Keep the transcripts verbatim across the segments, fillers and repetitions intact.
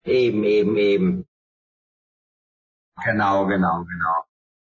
Eben, eben, eben. Genau, genau, genau.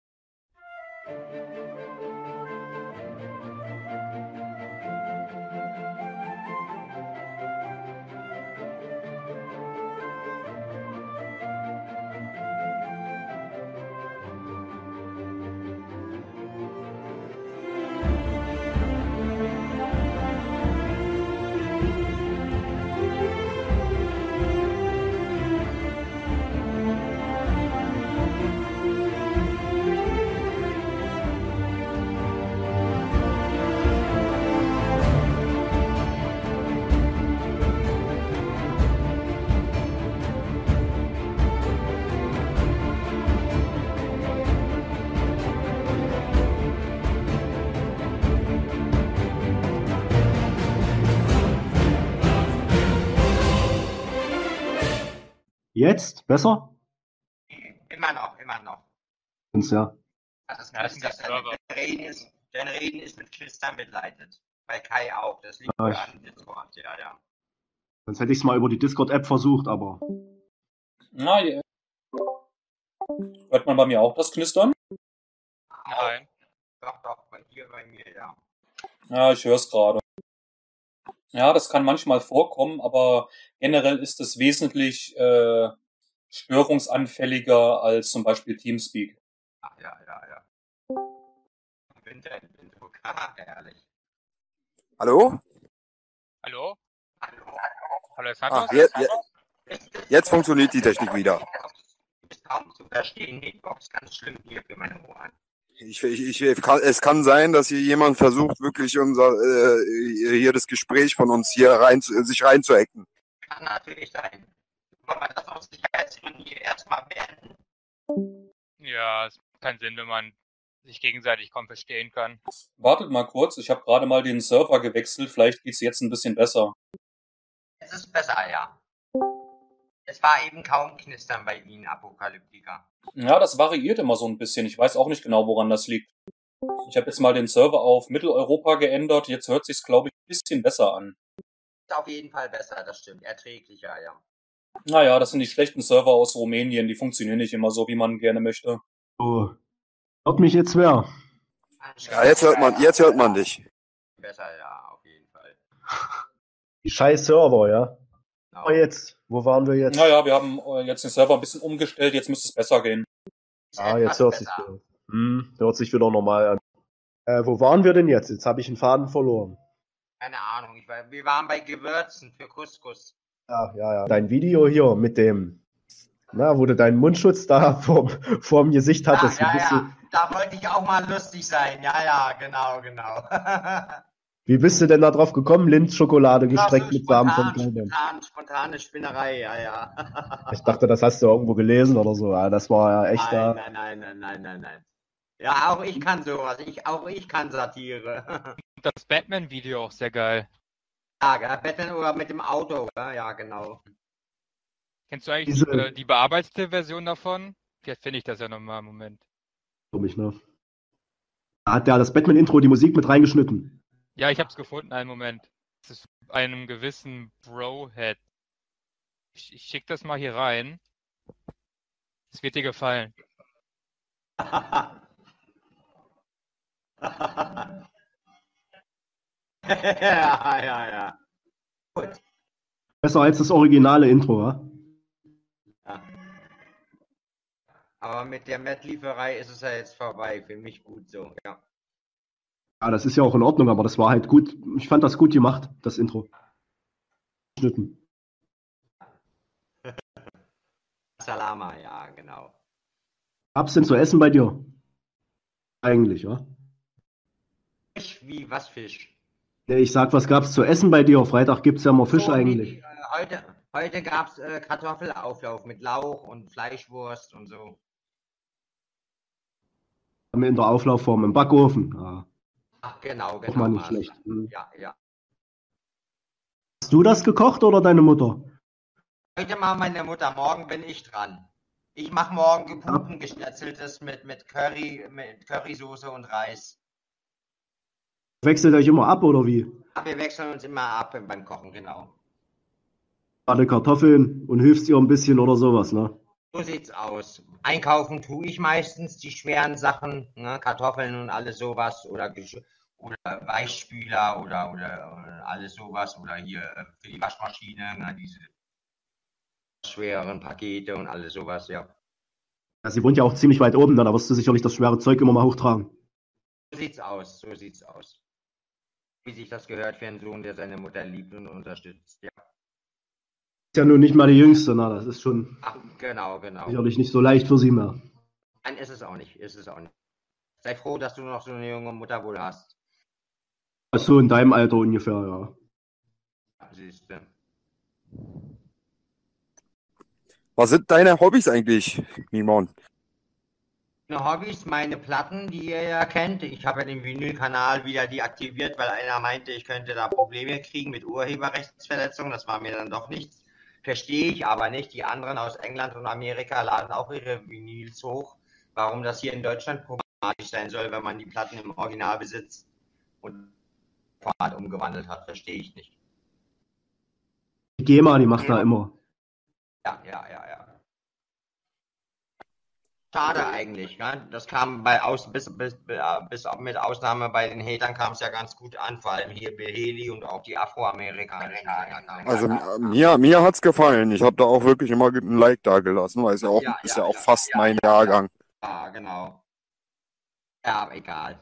Jetzt? Besser? Immer noch, immer noch. Sind's ja. Das ist Ja, das sind die Server. Dein Reden ist, dein Reden ist mit Knistern begleitet. Bei Kai auch. Das liegt Ja, wohl ich- an Discord, ja, ja. Sonst hätte ich es mal über die Discord-App versucht, aber Na, ja. Hört man bei mir auch das Knistern? Nein. Doch, doch, bei dir, bei mir, ja. Ja, ich höre es gerade. Ja, das kann manchmal vorkommen, aber generell ist es wesentlich äh, störungsanfälliger als zum Beispiel Teamspeak. Ja, ja, ja, ja. Winter in Windhoek, haha, herrlich. Hallo? Hallo? Hallo. Hallo, ist Ah, Santos? je, je, jetzt funktioniert die Technik wieder. Du bist kaum zu verstehen, Hitbox, ganz schlimm hier für meine Ohren. Ich, ich, ich, kann, es kann sein, dass hier jemand versucht, wirklich unser äh, hier das Gespräch von uns hier rein, sich reinzuhacken. Kann natürlich sein. Wollen wir das aus Sicherheitsgründen hier erstmal beenden? Ja, es macht keinen Sinn, wenn man sich gegenseitig kaum verstehen kann. Wartet mal kurz, ich habe gerade mal den Server gewechselt, vielleicht geht's jetzt ein bisschen besser. Es ist besser, ja. Es war eben kaum Knistern bei Ihnen, Apokalyptiker. Ja, das variiert immer so ein bisschen. Ich weiß auch nicht genau, woran das liegt. Ich habe jetzt mal den Server auf Mitteleuropa geändert. Jetzt hört sich's, glaube ich, ein bisschen besser an. Ist auf jeden Fall besser, das stimmt. Erträglicher, ja. Naja, das sind die schlechten Server aus Rumänien. Die funktionieren nicht immer so, wie man gerne möchte. so. Hört mich jetzt wer? Ja, jetzt hört man, jetzt hört man dich. Besser, ja, auf jeden Fall. Die scheiß Server, ja. Genau. Aber jetzt, wo waren wir jetzt? Naja, wir haben äh, jetzt den Server ein bisschen umgestellt. Jetzt müsste es besser gehen. Ist Ah, etwas jetzt hört sich besser. wieder. Hm, hört sich wieder normal an. Äh, wo waren wir denn jetzt? Jetzt habe ich einen Faden verloren. Keine Ahnung, ich war, wir waren bei Gewürzen für Couscous. Ja, ja, ja. Dein Video hier mit dem, na, wo du deinen Mundschutz da vorm, vorm Gesicht Ja, hattest. ja, wie, bist ja, da wollte ich auch mal lustig sein. Ja, ja, genau, genau. Du, wie bist du denn da drauf gekommen? Lindschokolade gestreckt Ach so, mit Samen von spontan, Blaubeeren. spontan, spontane Spinnerei, ja, ja. Ich dachte, das hast du irgendwo gelesen oder so. Ja, das war ja echt da. Nein, nein, nein, nein, nein, nein. Ja, auch ich kann sowas. Ich, auch ich kann Satire. Und das Batman-Video auch sehr geil. Ja, gell, Batman oder mit dem Auto, gell? Ja, genau. Kennst du eigentlich Diese- die, äh, die bearbeitete Version davon? Vielleicht finde ich das ja nochmal im Moment. Glaub ich, ne? Da hat der das Batman-Intro die Musik mit reingeschnitten. Ja, ich hab's gefunden, einen Moment. Das ist einem gewissen Brohead. Ich, ich schick das mal hier rein. Es wird dir gefallen. Ja, ja, ja. Gut. Besser als das originale Intro, ja? Ja. Aber mit der Met-Lieferei ist es ja jetzt vorbei. Für mich gut so, ja. Ja, das ist ja auch in Ordnung, aber das war halt gut. Ich fand das gut gemacht, das Intro. Geschnitten. Salama, ja, genau. Gab's denn zu essen bei dir? Eigentlich, ja? Fisch wie, was Fisch? Nee, ich sag, was gab's zu essen bei dir? Freitag gibt's ja immer Fisch So, nee, eigentlich. nee, äh, heute heute gab es äh, Kartoffelauflauf mit Lauch und Fleischwurst und so. Haben wir in der Auflaufform im Backofen. Ja, Ach, genau, auch genau. mal nicht Marcel. schlecht. Hm. Ja, ja. Hast du das gekocht oder deine Mutter? Heute mal meine Mutter, morgen bin ich dran. Ich mache morgen Putengeschnetzeltes mit, mit Curry, mit Currysoße und Reis. Wechselt euch immer ab oder wie? Aber wir wechseln uns immer ab beim Kochen, genau. Gerade Kartoffeln und hilfst ihr ein bisschen oder sowas, ne? So sieht's aus. Einkaufen tue ich meistens die schweren Sachen, ne? Kartoffeln und alles sowas oder, oder Weichspüler oder, oder, oder alles sowas oder hier für die Waschmaschine, ne? Diese schweren Pakete und alles sowas, ja. Ja, sie wohnt ja auch ziemlich weit oben, ne? Da wirst du sicherlich das schwere Zeug immer mal hochtragen. So sieht's aus, so sieht's aus. Wie sich das gehört für einen Sohn, der seine Mutter liebt und unterstützt, ja. Ist ja nun nicht mal die Jüngste, ne? Das ist schon Ach, genau, genau. sicherlich nicht so leicht für sie mehr. Nein, ist es auch nicht, ist es auch nicht. Sei froh, dass du noch so eine junge Mutter wohl hast. So in deinem Alter ungefähr, ja. Ja, siehst du. Was sind deine Hobbys eigentlich, Mimon? Meine Hobbys, meine Platten, die ihr ja kennt. Ich habe ja den Vinyl-Kanal wieder deaktiviert, weil einer meinte, ich könnte da Probleme kriegen mit Urheberrechtsverletzungen. Das war mir dann doch nichts. Verstehe ich aber nicht. Die anderen aus England und Amerika laden auch ihre Vinyls hoch. Warum das hier in Deutschland problematisch sein soll, wenn man die Platten im Original besitzt und Format umgewandelt hat, verstehe ich nicht. Die GEMA, die macht da immer. Ja, ja, ja, ja. Schade eigentlich, ne? Das kam bei aus bis, bis, bis mit Ausnahme bei den Hatern kam es ja ganz gut an, vor allem hier Beheli und auch die Afroamerikaner. Also mir, mir hat's gefallen. Ich habe da auch wirklich immer ein Like da gelassen, weil es ja auch, Ja, ist ja, ja auch ja, fast ja, mein ja, Jahrgang. Ja, genau. Ja, aber egal.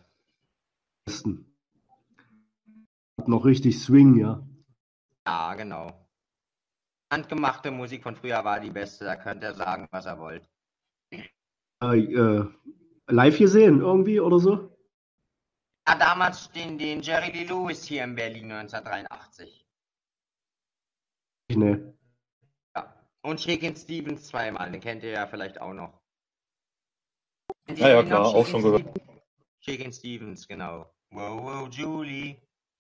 Hat noch richtig Swing, ja. Ja, genau. Handgemachte Musik von früher war die beste, da könnt ihr sagen, was ihr wollt. Äh, äh, live gesehen irgendwie oder so? Ja, damals den, den Jerry Lee Lewis hier in Berlin neunzehnhundertdreiundachtzig. Nee. Ja. Und Shakin' Stevens zweimal, den kennt ihr ja vielleicht auch noch. Kennt Ja, ihr ja, den klar, noch, auch schon Shakin' gehört. Stevens? Shakin' Stevens, genau. Wow, wow, Julie.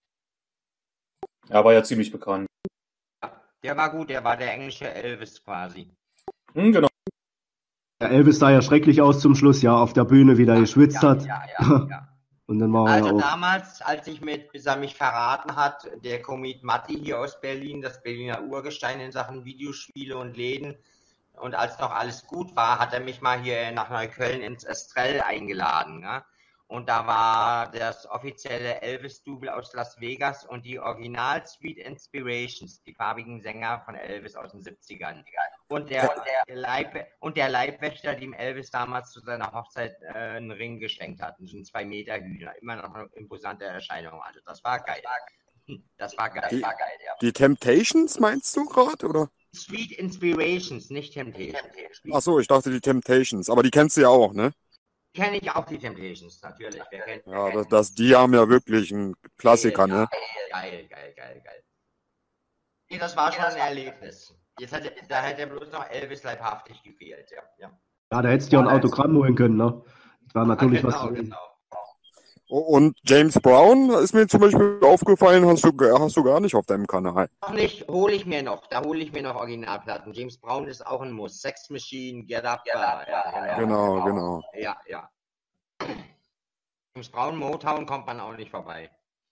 Er war ja ziemlich bekannt. Ja, der war gut, der war der englische Elvis quasi. Hm, genau. Der Elvis sah ja schrecklich aus zum Schluss, ja, auf der Bühne, wie der geschwitzt ja, hat. Ja, ja, ja. Und dann war Also er auch. damals, als ich mit, bis er mich verraten hat, der Komet Matti hier aus Berlin, das Berliner Urgestein in Sachen Videospiele und Läden, und als noch alles gut war, hat er mich mal hier nach Neukölln ins Estrell eingeladen. Ja? Und da war das offizielle Elvis-Double aus Las Vegas und die Original Sweet Inspirations, die farbigen Sänger von Elvis aus den siebzigern. Und der, der Leib, und der Leibwächter, dem Elvis damals zu seiner Hochzeit äh, einen Ring geschenkt hat. So ein zwei Meter Hühner. Immer noch eine imposante Erscheinung. Also das war geil. Das war geil. Die, war geil ja. die Temptations meinst du gerade, oder? Sweet Inspirations, nicht Temptations. Ach so, ich dachte die Temptations, aber die kennst du ja auch, ne? Kenne ich auch die Temptations, natürlich. Wer kennt, Ja, wer das, kennt das, die haben ja wirklich einen Klassiker, ne? Geil, geil, geil, geil. Nee, das war schon ein Erlebnis. Jetzt hätte, da hätte bloß noch Elvis leibhaftig gefehlt, ja. Ja, Ja, da hättest du ja ein Autogramm holen können, ne? Das war natürlich genau, was. Für ihn. genau. Und James Brown ist mir zum Beispiel aufgefallen, hast du, hast du gar nicht auf deinem Kanal. Noch nicht, hole ich mir noch. Da hole ich mir noch Originalplatten. James Brown ist auch ein Muss. Sex Machine, Get Up. Ja, ja, Genau, genau. Ja, ja. James Brown, Motown kommt man auch nicht vorbei.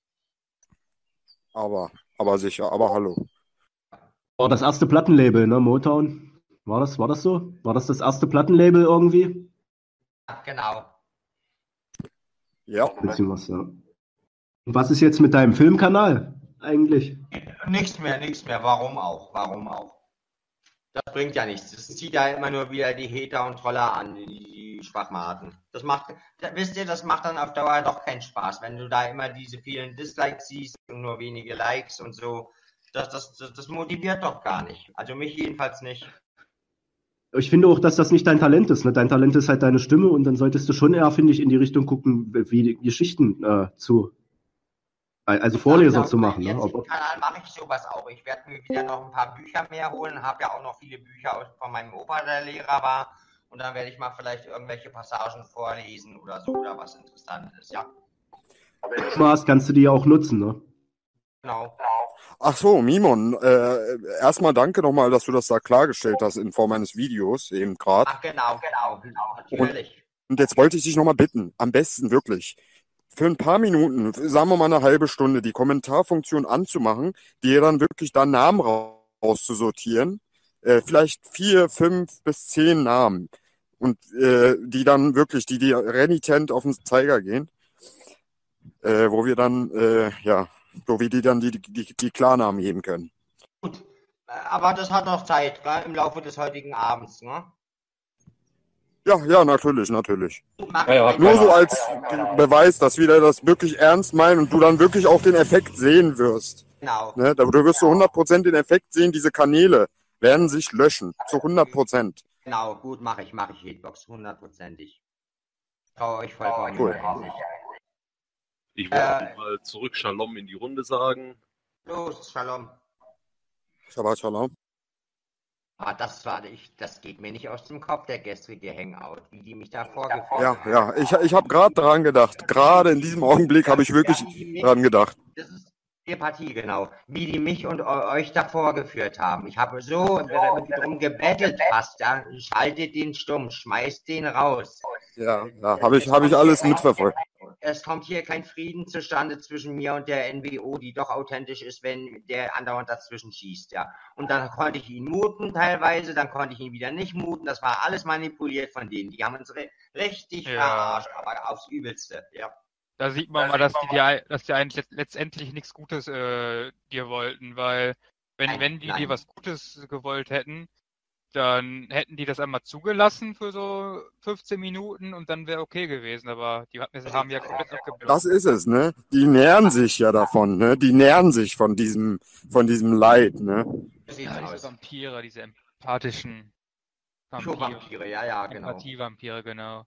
Aber, aber sicher, aber hallo. War das erste Plattenlabel, ne? Motown. War das, war das so? War das das erste Plattenlabel irgendwie? Ja, genau. Ja. Bisschen was, ja. Und was ist jetzt mit deinem Filmkanal eigentlich? Nichts mehr, nichts mehr. Warum auch? Warum auch? Das bringt ja nichts. Das zieht ja immer nur wieder die Hater und Troller an, die, die Schwachmaten. Das macht, da, wisst ihr, das macht dann auf Dauer doch keinen Spaß, wenn du da immer diese vielen Dislikes siehst und nur wenige Likes und so. Das, das, das, das motiviert doch gar nicht. Also mich jedenfalls nicht. Ich finde auch, dass das nicht dein Talent ist. Ne? Dein Talent ist halt deine Stimme und dann solltest du schon eher, finde ich, in die Richtung gucken, wie die Geschichten äh, zu, also Vorleser Ja, zu machen. Jetzt Ne? im Kanal mache ich sowas auch. Ich werde mir wieder noch ein paar Bücher mehr holen, habe ja auch noch viele Bücher aus, von meinem Opa, der Lehrer war. Und dann werde ich mal vielleicht irgendwelche Passagen vorlesen oder so oder was Interessantes, ja. Spaß kannst du die ja auch nutzen, ne? Genau. Ach so, Mimon, äh, erstmal danke nochmal, dass du das da klargestellt hast in Form eines Videos eben gerade. Ach genau, genau, genau, natürlich. Und jetzt wollte ich dich nochmal bitten, am besten wirklich, für ein paar Minuten, sagen wir mal eine halbe Stunde, die Kommentarfunktion anzumachen, die ihr dann wirklich da Namen auszusortieren. Äh, vielleicht vier, fünf bis zehn Namen. Und äh, die dann wirklich, die, die renitent auf den Zeiger gehen. Äh, wo wir dann, äh, ja, wo wir die dann die, die, die Klarnamen geben können. Gut, aber das hat noch Zeit, gell? Im Laufe des heutigen Abends, ne? Ja, ja, natürlich, natürlich. Mach Ja, ja, ich. Nur so als Beweis, dass wir das wirklich ernst meinen und du dann wirklich auch den Effekt sehen wirst. Genau. Ne? Da du wirst zu hundert Prozent den Effekt sehen, diese Kanäle werden sich löschen. Zu hundert Prozent. Genau, gut, mache ich, mache ich Hitbox, hundertprozentig. Traue euch vollkommen. Cool. Ich wollte Äh. mal zurück Shalom in die Runde sagen. Los, Shalom. Shabbat Shalom. Ah, das war ich, das geht mir nicht aus dem Kopf, der gestrige Hangout, wie die mich da vorgeführt Ja, haben. ja, ich, ich habe gerade dran gedacht. Gerade in diesem Augenblick habe ich wirklich Ja, wie die mich- dran gedacht. Das ist die Partie, genau. Wie die mich und eu- euch da vorgeführt haben. Ich habe so darum gebettelt fast, ja, schaltet den stumm, schmeißt den raus. Ja, ja, habe ich, hab ich alles mitverfolgt. Es kommt hier kein Frieden zustande zwischen mir und der N W O, die doch authentisch ist, wenn der andauernd dazwischen schießt, ja. Und dann konnte ich ihn muten teilweise, dann konnte ich ihn wieder nicht muten. Das war alles manipuliert von denen. Die haben uns re richtig Ja. verarscht, aber aufs Übelste, ja. Da sieht man mal, dass die, dir- dass die eigentlich letztendlich nichts Gutes äh, dir wollten, weil wenn, Nein, wenn die nein. dir was Gutes gewollt hätten, dann hätten die das einmal zugelassen für so fünfzehn Minuten und dann wäre okay gewesen, aber die hatten- haben ja komplett abgeblockt. Das ist es, ne? Die nähern sich ja davon, ne? Die nähern sich von diesem, von diesem Leid, ne? So sieht's Ja, diese aus. Vampire, diese empathischen Vampire. Vampire, ja, ja, genau. Empathie-Vampire, genau.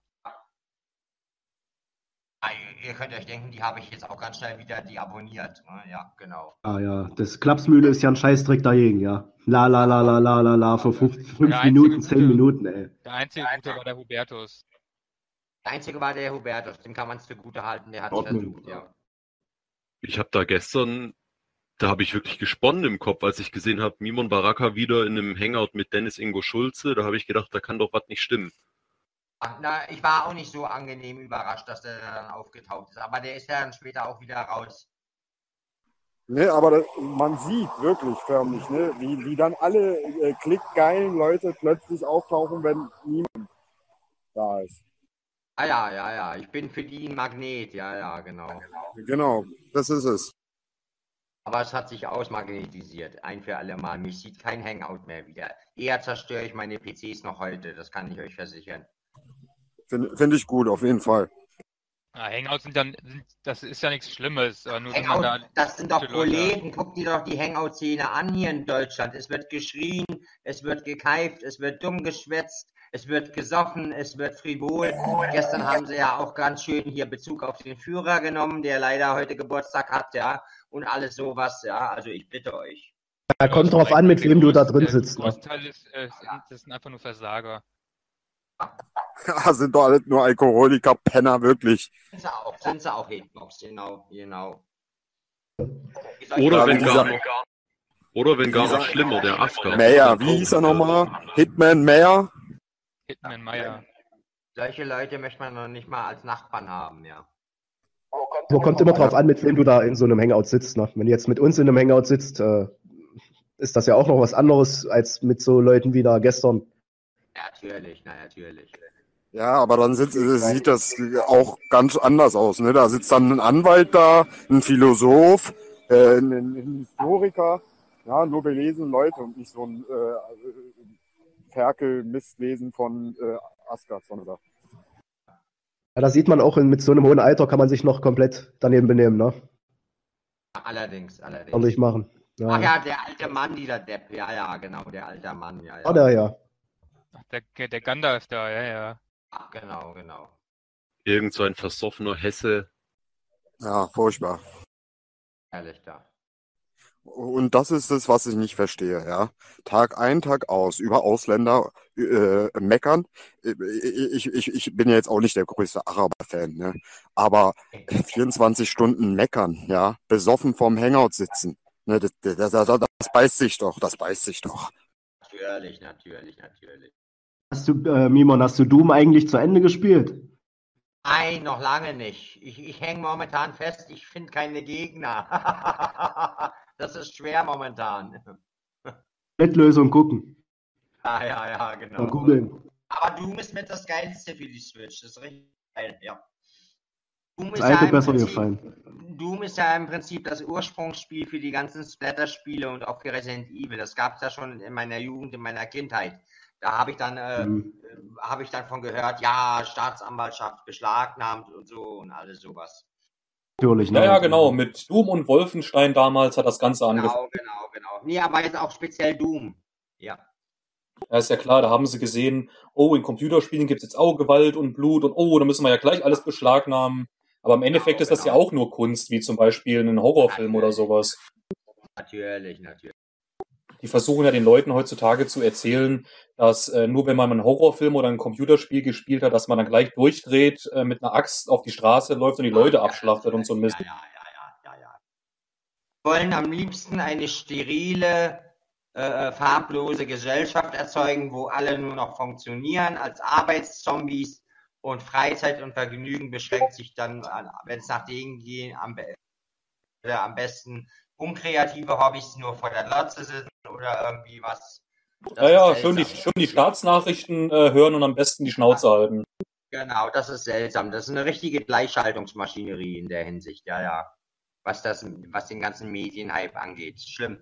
Ah, Ihr könnt euch denken, die habe ich jetzt auch ganz schnell wieder deabonniert. ne? Ja, genau. Ah ja, das Klapsmühle ist ja ein Scheißdreck dagegen, ja. La la la la la la la, für fünf, fünf Der einzige Minuten, zehn gute- Minuten, ey. Der einzige Gute war der Hubertus. Der einzige war der Hubertus, dem kann man es für gute halten, der hat es Ordnung. versucht, ja. Ich habe da gestern, da habe ich wirklich gesponnen im Kopf, als ich gesehen habe, Mimon Baraka wieder in einem Hangout mit Dennis Ingo Schulze. Da habe ich gedacht, da kann doch was nicht stimmen. Ach, na, ich war auch nicht so angenehm überrascht, dass der dann aufgetaucht ist, aber der ist ja dann später auch wieder raus. Ne, aber das, man sieht wirklich förmlich, ne, wie, wie dann alle äh, klickgeilen Leute plötzlich auftauchen, wenn niemand da ist. Ah ja, ja, ja, ich bin für die ein Magnet, ja, ja, genau. Genau, das ist es. Aber es hat sich ausmagnetisiert, ein für alle Mal. Mich sieht kein Hangout mehr wieder. Eher zerstöre ich meine P Cs noch heute, das kann ich euch versichern. Finde find ich gut, auf jeden Fall. Ja, Hangouts sind dann, sind, das ist ja nichts Schlimmes, aber nur wenn man Hangout, da das sind doch gute Leute hat. Proleten. Guck dir doch die Hangout-Szene an hier in Deutschland. Es wird geschrien, es wird gekeift, es wird dumm geschwätzt, es wird gesoffen, es wird frivol. Gestern haben sie ja auch ganz schön hier Bezug auf den Führer genommen, der leider heute Geburtstag hat, ja, und alles sowas, ja. Also ich bitte euch. Da kommt drauf an, mit wem du da drin Der sitzt. Ne? Großteil ist, äh, sind, das sind einfach nur Versager. Ja, sind doch alle nur Alkoholiker, Penner, wirklich. Sind sie auch, sind sie auch Hitbox, genau, genau. Oder Ja, wenn wie gar dieser- noch, oder wenn gar noch schlimmer, der Asker. Meyer, wie hieß er nochmal? Hitman Meyer? Hitman Meyer. Solche Leute möchte man noch nicht mal als Nachbarn haben, ja. So kommt immer drauf an, mit wem du da in so einem Hangout sitzt. Ne? Wenn du jetzt mit uns in einem Hangout sitzt, äh, ist das ja auch noch was anderes als mit so Leuten wie da gestern. Natürlich, na natürlich. Ja, aber dann sitzt, sieht das auch ganz anders aus. Ne? Da sitzt dann ein Anwalt da, ein Philosoph, äh, ein, ein Historiker, ja, nur belesene Leute und nicht so ein äh, Ferkel-Mistwesen von äh, Asgard, oder? Ja, da sieht man auch, in, mit so einem hohen Alter kann man sich noch komplett daneben benehmen, ne? Allerdings, allerdings. Ehrlich machen. Ja. Ach ja, der alte Mann, dieser Depp. Ja, ja, genau, der alte Mann, ja, ja. Ah, der, ja. Ach, der, der Gandalf da, ja, ja. Ach, genau, genau. Irgend so ein versoffener Hesse. Ja, furchtbar. Ehrlich da. Und das ist es, was ich nicht verstehe, ja. Tag ein, Tag aus, über Ausländer äh, meckern. Ich, ich, ich bin ja jetzt auch nicht der größte Araber-Fan, ne? Aber vierundzwanzig Stunden meckern, ja, besoffen vorm Hangout sitzen. Ne, das, das, das, das beißt sich doch, das beißt sich doch. Natürlich, natürlich, natürlich. Hast du, äh, Mimon, hast du Doom eigentlich zu Ende gespielt? Nein, noch lange nicht. Ich, ich hänge momentan fest, ich finde keine Gegner. Das ist schwer momentan. Nettlösung gucken. Ja, ja, ja, genau. Mal googeln. Aber Doom ist mit das Geilste für die Switch. Das ist richtig geil, ja. Doom Das ist, alte ja im besser Prinzip, gefallen. Doom ist ja im Prinzip das Ursprungsspiel für die ganzen Splatter-Spiele und auch für Resident Evil. Das gab es ja schon in meiner Jugend, in meiner Kindheit. Da habe ich dann äh, Mhm. habe ich dann von gehört, ja, Staatsanwaltschaft beschlagnahmt und so und alles sowas. Natürlich, Ja, ne? ja, genau. Mit Doom und Wolfenstein damals hat das Ganze angefangen. Genau, genau, genau. Nee, aber jetzt auch speziell Doom. Ja. Ja, ist ja klar, da haben sie gesehen, oh, in Computerspielen gibt es jetzt auch Gewalt und Blut und oh, da müssen wir ja gleich alles beschlagnahmen. Aber im Endeffekt Genau, ist das ja genau. auch nur Kunst, wie zum Beispiel ein Horrorfilm oder sowas. Natürlich, natürlich. Die versuchen ja den Leuten heutzutage zu erzählen, dass äh, nur wenn man einen Horrorfilm oder ein Computerspiel gespielt hat, dass man dann gleich durchdreht, äh, mit einer Axt auf die Straße läuft und die Leute Ja, abschlachtet und so ein Mist. Ja, ja, ja, ja, ja, ja. Wollen am liebsten eine sterile, äh, farblose Gesellschaft erzeugen, wo alle nur noch funktionieren als Arbeitszombies und Freizeit und Vergnügen beschränkt sich dann, wenn es nach denen geht, am, be oder am besten unkreative Hobbys nur vor der Glotze sitzen oder irgendwie was. Das Ja, ja, ist schön die, seltsam. schön die Staatsnachrichten äh, hören und am besten die Schnauze halten. Genau, das ist seltsam. Das ist eine richtige Gleichschaltungsmaschinerie in der Hinsicht, ja, ja. Was das, was den ganzen Medienhype angeht. Schlimm.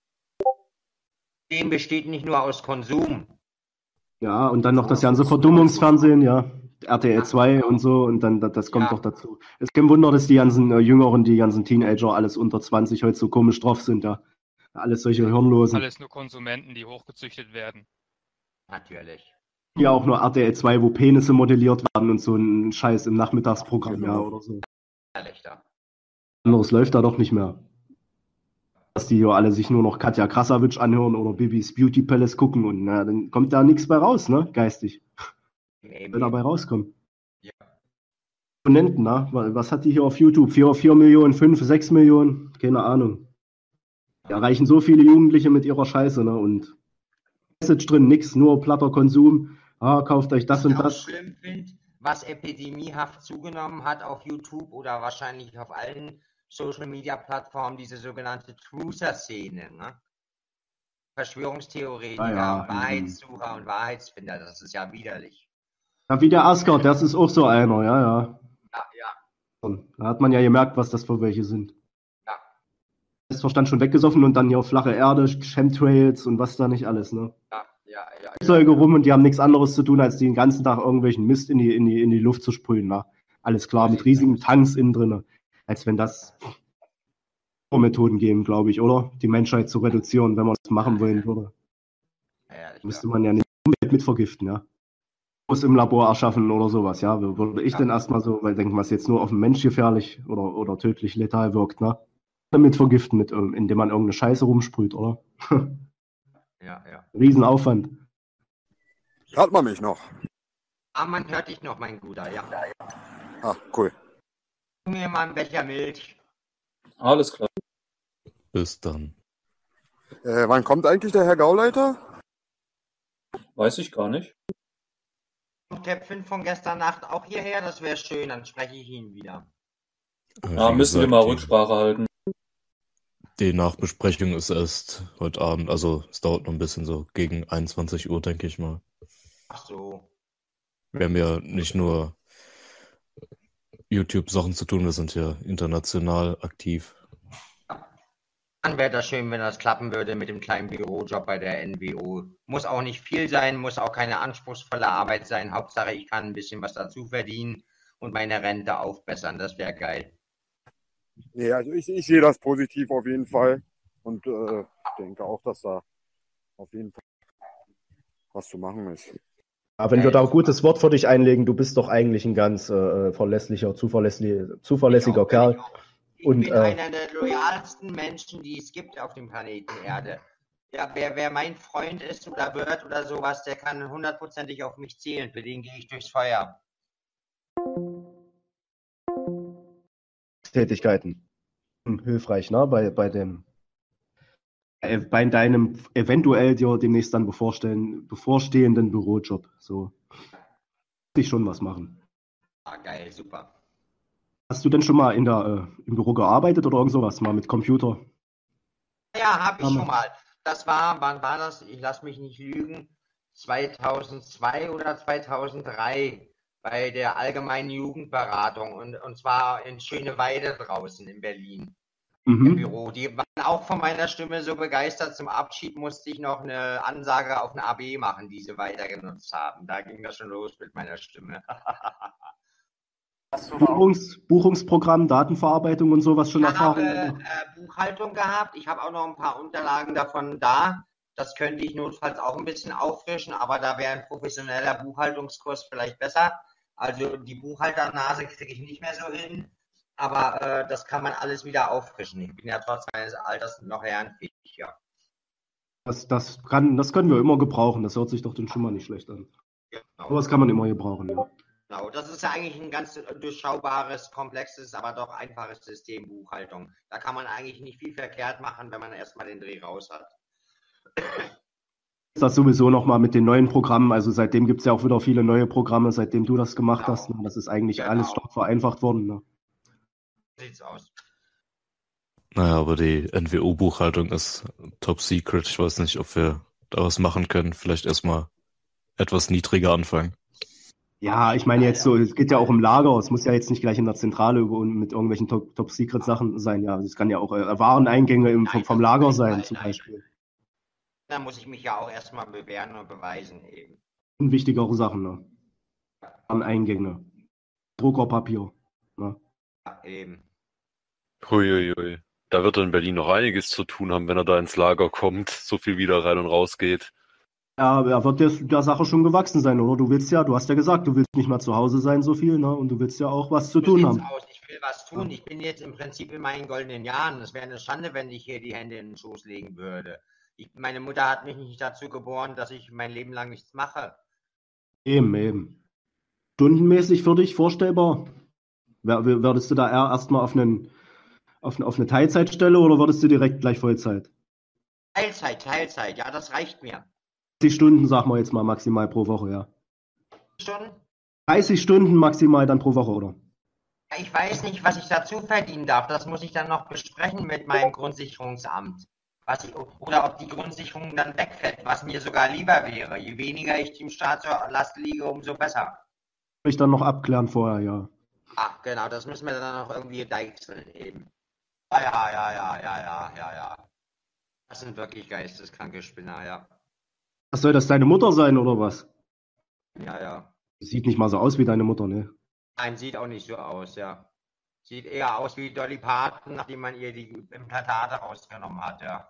Dem besteht nicht nur aus Konsum. Ja, und dann noch das ganze Verdummungsfernsehen, ja. R T L zwei und so, und dann das, das kommt Ja. doch dazu. Es ist kein Wunder, dass die ganzen äh, Jüngeren, die ganzen Teenager, alles unter zwanzig heute so komisch drauf sind, ja. Alles solche Hirnlosen. Alles nur Konsumenten, die hochgezüchtet werden. Natürlich. Ja, auch nur R T L zwei, wo Penisse modelliert werden und so ein Scheiß im Nachmittagsprogramm, ja, oder so. Ehrlich da. Anderes läuft da doch nicht mehr. Dass die hier alle sich nur noch Katja Krasavic anhören oder Bibis Beauty Palace gucken und na, dann kommt da nichts bei raus, ne, geistig. Nee, Will dabei rauskommen. Ja. Abonnenten, na? Was hat die hier auf YouTube? vier Millionen, fünf, sechs Millionen? Keine Ahnung. Die erreichen so viele Jugendliche mit ihrer Scheiße, ne? Und Message drin, nix, nur platter Konsum. Ah, kauft euch das Was und ich auch das. schlimm finde, was epidemiehaft zugenommen hat auf YouTube oder wahrscheinlich auf allen Social Media Plattformen, diese sogenannte Truther-Szene, ne? Verschwörungstheoretiker, Ah, ja, Wahrheitssucher und Wahrheitsfinder, das ist ja widerlich. Ja, wie der Asgard, das ist auch so einer, ja, ja. Ja, ja, Und da hat man ja gemerkt, was das für welche sind. ja. Missverstand schon weggesoffen und dann hier auf flache Erde, Chemtrails und was da nicht alles, ne? Ja, ja, ja, ja. Zeuge rum und die haben nichts anderes zu tun, als den ganzen Tag irgendwelchen Mist in die, in die, in die Luft zu sprühen, ne? Alles klar, mit riesigen Tanks innen drin. Als wenn das Methoden geben, glaube ich, oder? Die Menschheit zu reduzieren, wenn man es machen wollen würde. Ehrlich, Müsste ja. man ja nicht die Umwelt mit vergiften, ja. Muss im Labor erschaffen oder sowas, ja. Würde ich Ja. denn erstmal so, weil denken, was jetzt nur auf den Mensch gefährlich oder, oder tödlich letal wirkt, ne? Damit vergiften, mit, ähm, indem man irgendeine Scheiße rumsprüht, oder? Ja, ja. Riesenaufwand. Hört man mich noch? Ah, man hört dich noch, mein Guter, ja. Ah, cool. Gib mir mal einen Becher Milch. Alles klar. Bis dann. Äh, wann kommt eigentlich der Herr Gauleiter? Weiß ich gar nicht. Töpfchen von gestern Nacht auch hierher, das wäre schön, dann spreche ich ihn wieder. Äh, Ja, wie müssen wir gesagt, mal die- Rücksprache halten. Die Nachbesprechung ist erst heute Abend, also es dauert noch ein bisschen, so gegen einundzwanzig Uhr, denke ich mal. Ach so. Wir haben ja nicht nur YouTube-Sachen zu tun, wir sind ja international aktiv. Dann wäre das schön, wenn das klappen würde mit dem kleinen Bürojob bei der N W O. Muss auch nicht viel sein, muss auch keine anspruchsvolle Arbeit sein. Hauptsache, ich kann ein bisschen was dazu verdienen und meine Rente aufbessern. Das wäre geil. Nee, also ich, ich sehe das positiv auf jeden Fall. Und äh, denke auch, dass da auf jeden Fall was zu machen ist. Aber wenn wir da ein gutes Wort für dich einlegen, du bist doch eigentlich ein ganz äh, verlässlicher, zuverlässig, zuverlässiger Ich auch, Kerl. Ich, auch. ich Und, bin äh, einer der loyalsten Menschen, die es gibt auf dem Planeten Erde. Ja, wer, wer mein Freund ist oder wird oder sowas, der kann hundertprozentig auf mich zählen. Für den gehe ich durchs Feuer. Tätigkeiten. Hm, hilfreich, ne? Bei, bei dem äh, bei deinem eventuell dir demnächst dann bevorstehen, bevorstehenden Bürojob. So. Sich schon was machen. Ah, geil, super. Hast du denn schon mal in der, äh, im Büro gearbeitet oder irgend sowas? Mal mit Computer? Ja, habe ich Hammer. schon mal. Das war, wann war das? Ich lasse mich nicht lügen, zweitausendzwei oder zweitausenddrei bei der Allgemeinen Jugendberatung und, und zwar in Schöneweide draußen in Berlin im Mhm. Büro. Die waren auch von meiner Stimme so begeistert. Zum Abschied musste ich noch eine Ansage auf eine A B machen, die sie weiter genutzt haben. Da ging das schon los mit meiner Stimme. Hast du auch Buchungs, Buchungsprogramm, Datenverarbeitung und sowas schon Ich habe Erfahrung? äh, Buchhaltung gehabt. Ich habe auch noch ein paar Unterlagen davon da. Das könnte ich notfalls auch ein bisschen auffrischen, aber da wäre ein professioneller Buchhaltungskurs vielleicht besser. Also die Buchhalternase kriege ich nicht mehr so hin, aber äh, das kann man alles wieder auffrischen. Ich bin ja trotz meines Alters noch lernfähig, ja. Das, das, kann, das können wir immer gebrauchen. Das hört sich doch dann schon mal nicht schlecht an. Genau. Aber das kann man immer gebrauchen, ja. Genau, das ist ja eigentlich ein ganz durchschaubares, komplexes, aber doch einfaches System Buchhaltung. Da kann man eigentlich nicht viel verkehrt machen, wenn man erstmal den Dreh raus hat. Ist das sowieso nochmal mit den neuen Programmen, also seitdem gibt es ja auch wieder viele neue Programme, seitdem du das gemacht Genau. hast. Ne? Das ist eigentlich Genau. alles stark vereinfacht worden. Ne? So sieht's aus. Naja, aber die N W O-Buchhaltung ist top secret. Ich weiß nicht, ob wir da was machen können. Vielleicht erstmal etwas niedriger anfangen. Ja, ich meine jetzt so, es geht ja auch um Lager, es muss ja jetzt nicht gleich in der Zentrale mit irgendwelchen Top-Secret-Sachen sein. Ja, es kann ja auch äh, Wareneingänge im, vom, vom Lager sein, zum Beispiel. Da muss ich mich ja auch erstmal bewähren und beweisen eben. Und wichtigere Sachen, ne? Wareneingänge, Druckerpapier. Ne? Ja, eben. Huiuiui. Da wird er in Berlin noch einiges zu tun haben, wenn er da ins Lager kommt, so viel wieder rein und raus geht. Ja, er wird der, der Sache schon gewachsen sein, oder? Du willst ja, du hast ja gesagt, du willst nicht mehr zu Hause sein so viel, ne? Und du willst ja auch was zu So tun sieht's haben. aus. Ich will was tun. Ich bin jetzt im Prinzip in meinen goldenen Jahren. Es wäre eine Schande, wenn ich hier die Hände in den Schoß legen würde. Ich, meine Mutter hat mich nicht dazu geboren, dass ich mein Leben lang nichts mache. Eben, eben. Stundenmäßig für dich vorstellbar? Wär- wär- Würdest du da eher erstmal auf, einen, auf, auf eine Teilzeitstelle oder würdest du direkt gleich Vollzeit? Teilzeit, Teilzeit, ja, das reicht mir. dreißig Stunden, sagen wir jetzt mal maximal pro Woche, ja. Schon? dreißig Stunden maximal dann pro Woche, oder? Ich weiß nicht, was ich dazu verdienen darf. Das muss ich dann noch besprechen mit meinem Grundsicherungsamt. Was ich, oder ob die Grundsicherung dann wegfällt, was mir sogar lieber wäre. Je weniger ich dem Staat zur Last liege, umso besser. Soll ich dann noch abklären vorher, ja. Ach, genau, das müssen wir dann noch irgendwie deichseln eben. Ja, ja, ja, ja, ja, ja, ja, ja. Das sind wirklich geisteskranke Spinner, ja. Was soll das, deine Mutter sein, oder was? Ja, ja. Sieht nicht mal so aus wie deine Mutter, ne? Nein, sieht auch nicht so aus, ja. Sieht eher aus wie Dolly Parton, nachdem man ihr die Implantate rausgenommen hat, ja.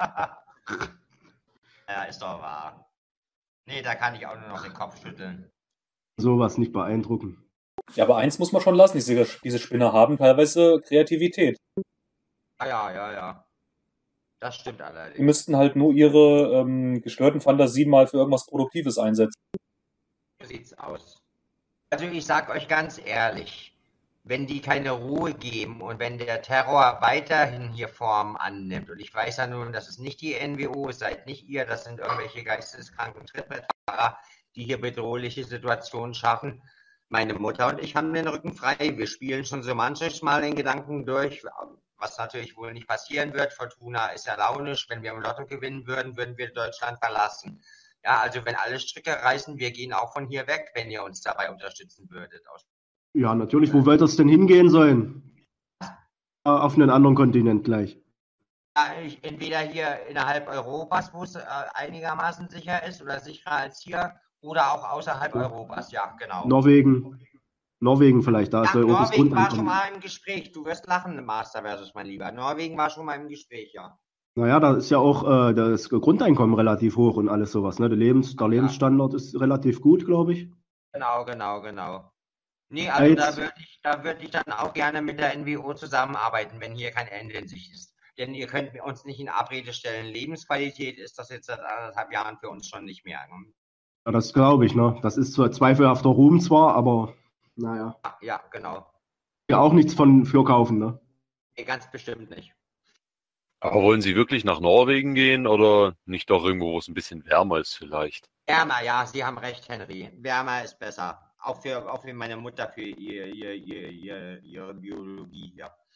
Ja, ist doch wahr. Nee, da kann ich auch nur noch den Kopf schütteln. Sowas nicht beeindrucken. Ja, aber eins muss man schon lassen, diese, diese Spinner haben teilweise Kreativität. Ja, ja, ja, ja. Das stimmt Die allerdings. müssten halt nur ihre ähm, gestörten Fantasien mal für irgendwas Produktives einsetzen. So sieht's aus. Also ich sag euch ganz ehrlich, wenn die keine Ruhe geben und wenn der Terror weiterhin hier Form annimmt, und ich weiß ja nun, das ist nicht die N W O, es seid nicht ihr, das sind irgendwelche geisteskranken Trittbrettfahrer, die hier bedrohliche Situationen schaffen. Meine Mutter und ich haben den Rücken frei. Wir spielen schon so manches Mal den Gedanken durch, was natürlich wohl nicht passieren wird. Fortuna ist ja launisch. Wenn wir im Lotto gewinnen würden, würden wir Deutschland verlassen. Ja, also wenn alle Stricke reißen, wir gehen auch von hier weg, wenn ihr uns dabei unterstützen würdet. Ja, natürlich. Wo wird das denn hingehen sollen? Auf einen anderen Kontinent gleich. Ja, ich, entweder hier innerhalb Europas, wo es äh, einigermaßen sicher ist oder sicherer als hier, oder auch außerhalb Ja. Europas. Ja, genau. Norwegen. Norwegen vielleicht, da Ja, ist Europas Norwegen war schon Grundeinkommen. mal im Gespräch. Du wirst lachen, Master versus mein Lieber. Norwegen war schon mal im Gespräch, ja. Naja, da ist ja auch äh, das Grundeinkommen relativ hoch und alles sowas. Ne? Der, Lebens, der Ja. Lebensstandard ist relativ gut, glaube ich. Genau, genau, genau. Nee, also da Als- würde ich, da würde ich dann auch gerne mit der N W O zusammenarbeiten, wenn hier kein Ende in Sicht ist. Denn ihr könnt uns nicht in Abrede stellen. Lebensqualität ist das jetzt seit anderthalb Jahren für uns schon nicht mehr. Ja, das glaube ich, ne? Das ist zwar zweifelhafter Ruhm zwar, aber naja. Ja, genau. Ja, auch nichts von für kaufen, ne? Nee, ganz bestimmt nicht. Aber wollen Sie wirklich nach Norwegen gehen oder nicht doch irgendwo, wo es ein bisschen wärmer ist vielleicht? Wärmer, ja, Sie haben recht, Henry. Wärmer ist besser. Auch für, auch für meine Mutter, für ihr, ihr, ihr, ihr, ihre Biologie, ja.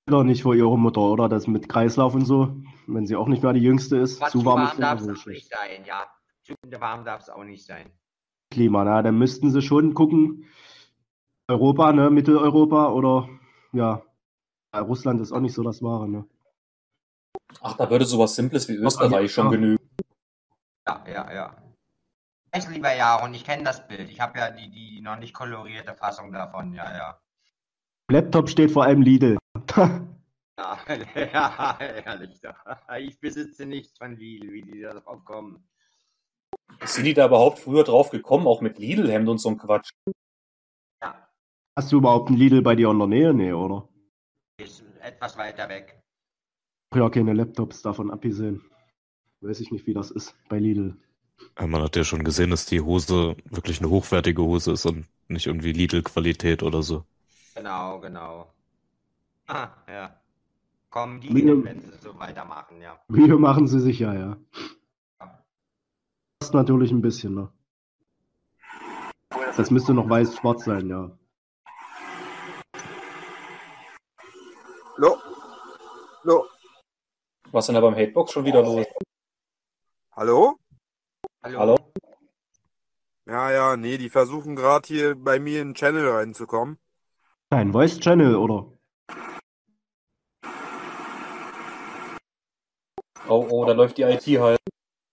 Doch nicht vor ihrer Mutter, oder? Das mit Kreislauf und so, wenn sie auch nicht mehr die Jüngste ist. Aber Zu zu warm warm ist darf es sowieso auch schlecht. nicht sein, ja. Zu warm darf es auch nicht sein. Klima, na, dann müssten sie schon gucken, Europa, ne, Mitteleuropa oder, ja, ja, Russland ist auch nicht so das Wahre, ne. Ach, da würde sowas Simples wie Österreich schon ja. genügen. Ja, ja, ja. Ich weiß, lieber Jaron, ich kenne das Bild. Ich habe ja die, die noch nicht kolorierte Fassung davon, ja, ja. Laptop steht vor allem Lidl. Ja, ja, ehrlich. Ich besitze nichts von Lidl, wie die da drauf kommen. Sind die da überhaupt früher drauf gekommen, auch mit Lidl-Hemd und so ein Quatsch? Ja, Hast du überhaupt einen Lidl bei dir in der Nähe? Nee, oder? ist etwas weiter weg. Ja, keine Laptops davon abgesehen. Weiß ich nicht, wie das ist bei Lidl. Ja, man hat ja schon gesehen, dass die Hose wirklich eine hochwertige Hose ist und nicht irgendwie Lidl-Qualität oder so. Genau, genau. Ah, ja. Kommen die, Medium- wenn sie so weitermachen, ja. Video machen sie sich ja, ja. Kostet natürlich ein bisschen, ne? Das müsste noch weiß-schwarz sein, ja. Hallo? Hallo? Was ist denn da beim Hatebox schon wieder los? Hallo? Hallo? Hallo? Ja, ja, nee, die versuchen gerade hier bei mir in den Channel reinzukommen. Kein Voice-Channel, oder? Oh, oh, da läuft die I T halt.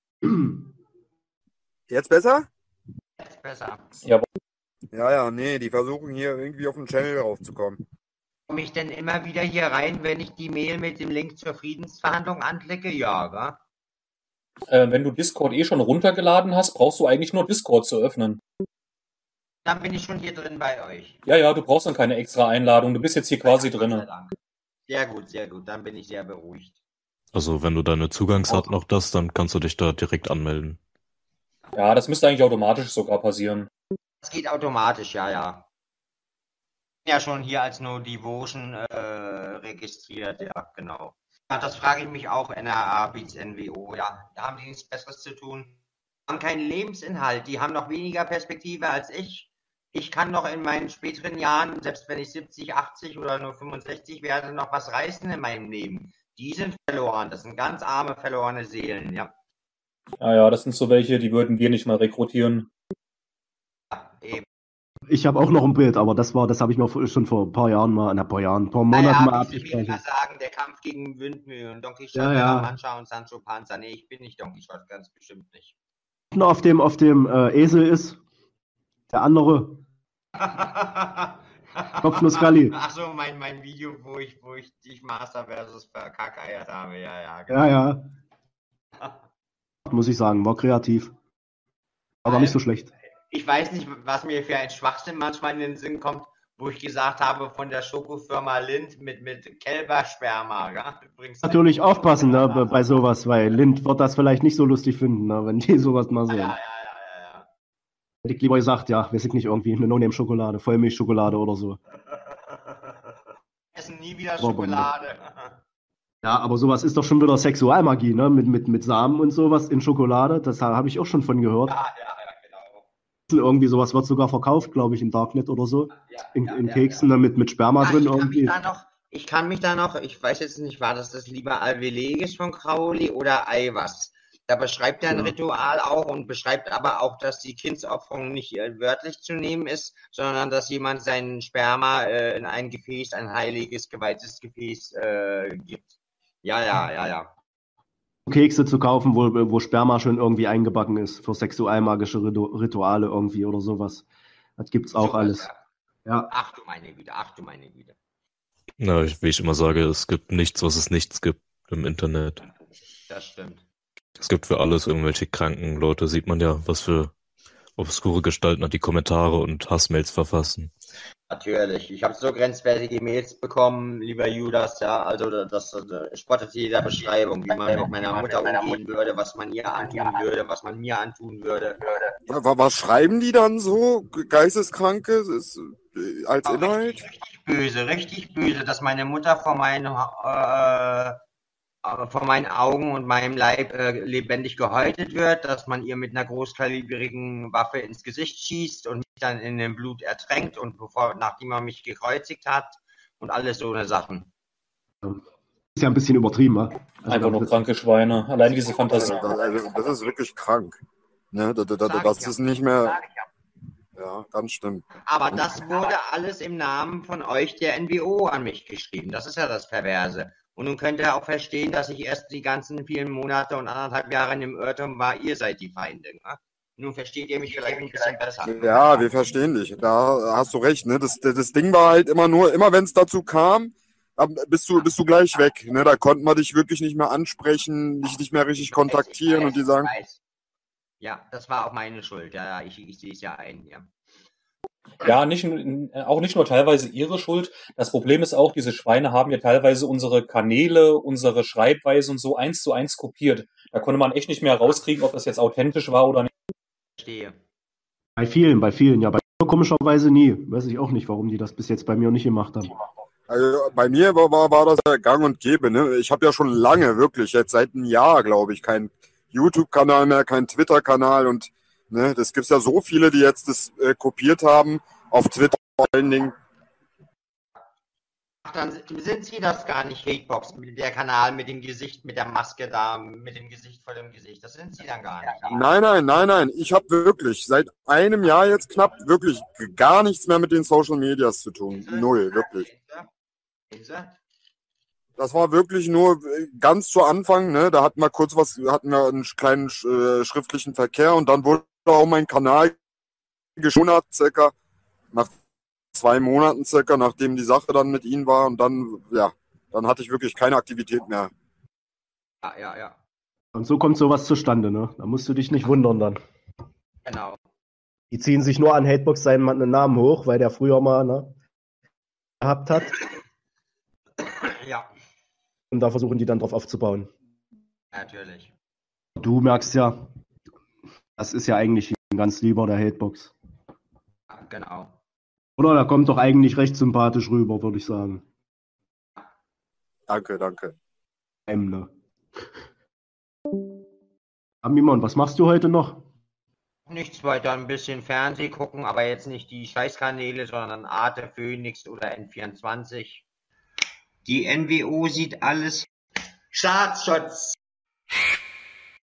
Jetzt besser? Jetzt besser. Ja, Ja, ja, nee, die versuchen hier irgendwie auf den Channel raufzukommen. Komme ich denn immer wieder hier rein, wenn ich die Mail mit dem Link zur Friedensverhandlung anklicke? Ja, gell? äh, wenn du Discord eh schon runtergeladen hast, brauchst du eigentlich nur Discord zu öffnen. Dann bin ich schon hier drin bei euch. Ja, ja, du brauchst dann keine extra Einladung. Du bist jetzt hier quasi Ja, Gott sei drin. Dank. Sehr gut, sehr gut. Dann bin ich sehr beruhigt. Also wenn du deine Zugangsdaten noch hast, dann kannst du dich da direkt anmelden. Ja, das müsste eigentlich automatisch sogar passieren. Das geht automatisch, ja, ja. Ich bin ja schon hier als No Devotion äh, registriert, ja, genau. Ja, das frage ich mich auch, N R A, Beats, N W O, ja. Da haben die nichts Besseres zu tun. Die haben keinen Lebensinhalt, die haben noch weniger Perspektive als ich. Ich kann noch in meinen späteren Jahren, selbst wenn ich siebzig, achtzig oder nur fünfundsechzig werde, noch was reißen in meinem Leben. Die sind verloren, das sind ganz arme, verlorene Seelen, ja. Ja, ja, das sind so welche, die würden wir nicht mal rekrutieren. Ja, eben. Ich habe auch noch ein Bild, aber das war, das habe ich mir schon vor ein paar Jahren mal, ein paar Jahren, ein paar Monaten Naja, mal wie, wie wir abgespeichert. sagen, der Kampf gegen Windmühlen und Don Quixote, Ja, ja. La Mancha und Sancho Panza. Nee, ich bin nicht Don Quixote, ganz bestimmt nicht. Noch auf dem, auf dem äh, Esel ist der andere. Kopfnussgalli. Achso, mein, mein Video, wo ich, wo ich dich Master versus verkackeiert habe. Ja, ja, genau. Ja, ja. Muss ich sagen, war kreativ. Aber nicht so schlecht. Ich weiß nicht, was mir für ein Schwachsinn manchmal in den Sinn kommt, wo ich gesagt habe, von der Schokofirma Lind mit, mit Kälbersperma. Ja? Übrigens, Natürlich aufpassen, ne, bei, bei sowas, weil Lind wird das vielleicht nicht so lustig finden, ne, wenn die sowas mal Ja, sehen. ja, ja, ja, ja. Hätte ich lieber gesagt, ja, weiß ich nicht, irgendwie eine No-Name-Schokolade, Vollmilchschokolade oder so. Essen nie wieder Aber Bombe. Schokolade. Ja, aber sowas ist doch schon wieder Sexualmagie, ne, mit, mit, mit Samen und sowas in Schokolade, das habe ich auch schon von gehört. Ja, ja, ja, genau. Irgendwie sowas wird sogar verkauft, glaube ich, im Darknet oder so, Ja, in, ja, in ja, Keksen, ja. ne, mit, mit Sperma Ja, drin ich kann mich irgendwie. da noch, ich kann mich da noch, ich weiß jetzt nicht, war das das lieber Alvelegis von Crowley oder Eiwas? Da beschreibt er ein Ja. Ritual auch und beschreibt aber auch, dass die Kindsopferung nicht äh, wörtlich zu nehmen ist, sondern dass jemand seinen Sperma äh, in ein Gefäß, ein heiliges, geweihtes Gefäß äh, gibt. Ja, ja, ja, ja. Kekse zu kaufen, wo, wo Sperma schon irgendwie eingebacken ist, für sexualmagische Ritu- Rituale irgendwie oder sowas. Das gibt's auch Sowas, alles. ja. Ja. Ach du meine Güte, ach du meine Güte. Na, ich, wie ich immer sage, es gibt nichts, was es nichts gibt im Internet. Das stimmt. Es gibt für alles irgendwelche kranken Leute, sieht man ja, was für obskure Gestalten an die Kommentare und Hassmails verfassen. Natürlich. Ich habe so grenzwertige Mails bekommen, lieber Judas, ja, also das, das spottet jeder Beschreibung, wie man mit meiner Mutter umgehen würde, was man ihr antun würde, was man mir antun würde. Ja, wa- was schreiben die dann so? Geisteskranke ist, äh, als Aber Inhalt? richtig, richtig böse, richtig böse, dass meine Mutter vor meinen, äh, vor meinen Augen und meinem Leib äh, lebendig gehäutet wird, dass man ihr mit einer großkalibrigen Waffe ins Gesicht schießt und mich dann in dem Blut ertränkt und bevor, nachdem man mich gekreuzigt hat und alles so eine Sachen. Ist ja ein bisschen übertrieben, wa? Also Einfach nur das- kranke Schweine. Allein diese Fantasie. Also, also, das ist wirklich krank. Ne, das, das, Sag ich das ja. ist nicht mehr. Ja, ganz stimmt. Aber das wurde alles im Namen von euch, der N W O, an mich geschrieben. Das ist ja das Perverse. Und nun könnt ihr auch verstehen, dass ich erst die ganzen vielen Monate und anderthalb Jahre in dem Irrtum war, ihr seid die Feinde. Ne? Nun versteht ihr mich vielleicht ein bisschen besser. Ja, wir verstehen dich. Da hast du recht. Ne? Das, das Ding war halt immer nur, immer wenn es dazu kam, ab- bist du, bist du gleich weg. Ne? Da konnten wir dich wirklich nicht mehr ansprechen, dich nicht mehr richtig kontaktieren und die sagen, Ich weiß. Ja, das war auch meine Schuld. Ja, ja, ich, ich sehe es ja ein. Ja. Ja, nicht, n- auch nicht nur teilweise ihre Schuld. Das Problem ist auch, diese Schweine haben ja teilweise unsere Kanäle, unsere Schreibweise und so eins zu eins kopiert. Da konnte man echt nicht mehr rauskriegen, ob das jetzt authentisch war oder nicht. Verstehe. Bei vielen, bei vielen, ja. Bei mir komischerweise nie. Weiß ich auch nicht, warum die das bis jetzt bei mir nicht gemacht haben. also bei mir war, war, war das ja gang und gäbe. Ne? Ich habe ja schon lange, wirklich, jetzt seit einem Jahr, glaube ich, keinen YouTube-Kanal mehr, keinen Twitter-Kanal und ne, das gibt's ja so viele, die jetzt das äh, kopiert haben, auf Twitter vor allen Dingen. Ach, dann sind Sie das gar nicht, Hatebox, mit der Kanal mit dem Gesicht, mit der Maske da, mit dem Gesicht vor dem Gesicht. Das sind Sie dann gar nicht. Nein, nein, nein, nein. Ich habe wirklich seit einem Jahr jetzt knapp wirklich gar nichts mehr mit den Social Medias zu tun. Null, wirklich. Sehen Sie? Das war wirklich nur äh, ganz zu Anfang, ne? Da hatten wir kurz was, hatten wir einen kleinen äh, schriftlichen Verkehr und dann wurde auch mein Kanal geschont, circa nach zwei Monaten circa, nachdem die Sache dann mit ihnen war und dann, ja, dann hatte ich wirklich keine Aktivität mehr. Ja, ja, ja. Und so kommt sowas zustande, ne? Da musst du dich nicht wundern dann. Genau. Die ziehen sich nur an Hatebox seinen Namen hoch, weil der früher mal, ne, gehabt hat. Ja, Und da versuchen die dann drauf aufzubauen. natürlich. Du merkst ja, das ist ja eigentlich ein ganz lieber, der Hatebox. Ja, genau. Oder? Da kommt doch eigentlich recht sympathisch rüber, würde ich sagen. Danke, danke. Ähm, ne? Amimon, was machst du heute noch? Nichts weiter, ein bisschen Fernseh gucken, aber jetzt nicht die Scheißkanäle, sondern Arte, Phoenix oder N vierundzwanzig. Die N W O sieht alles Staatsschutz.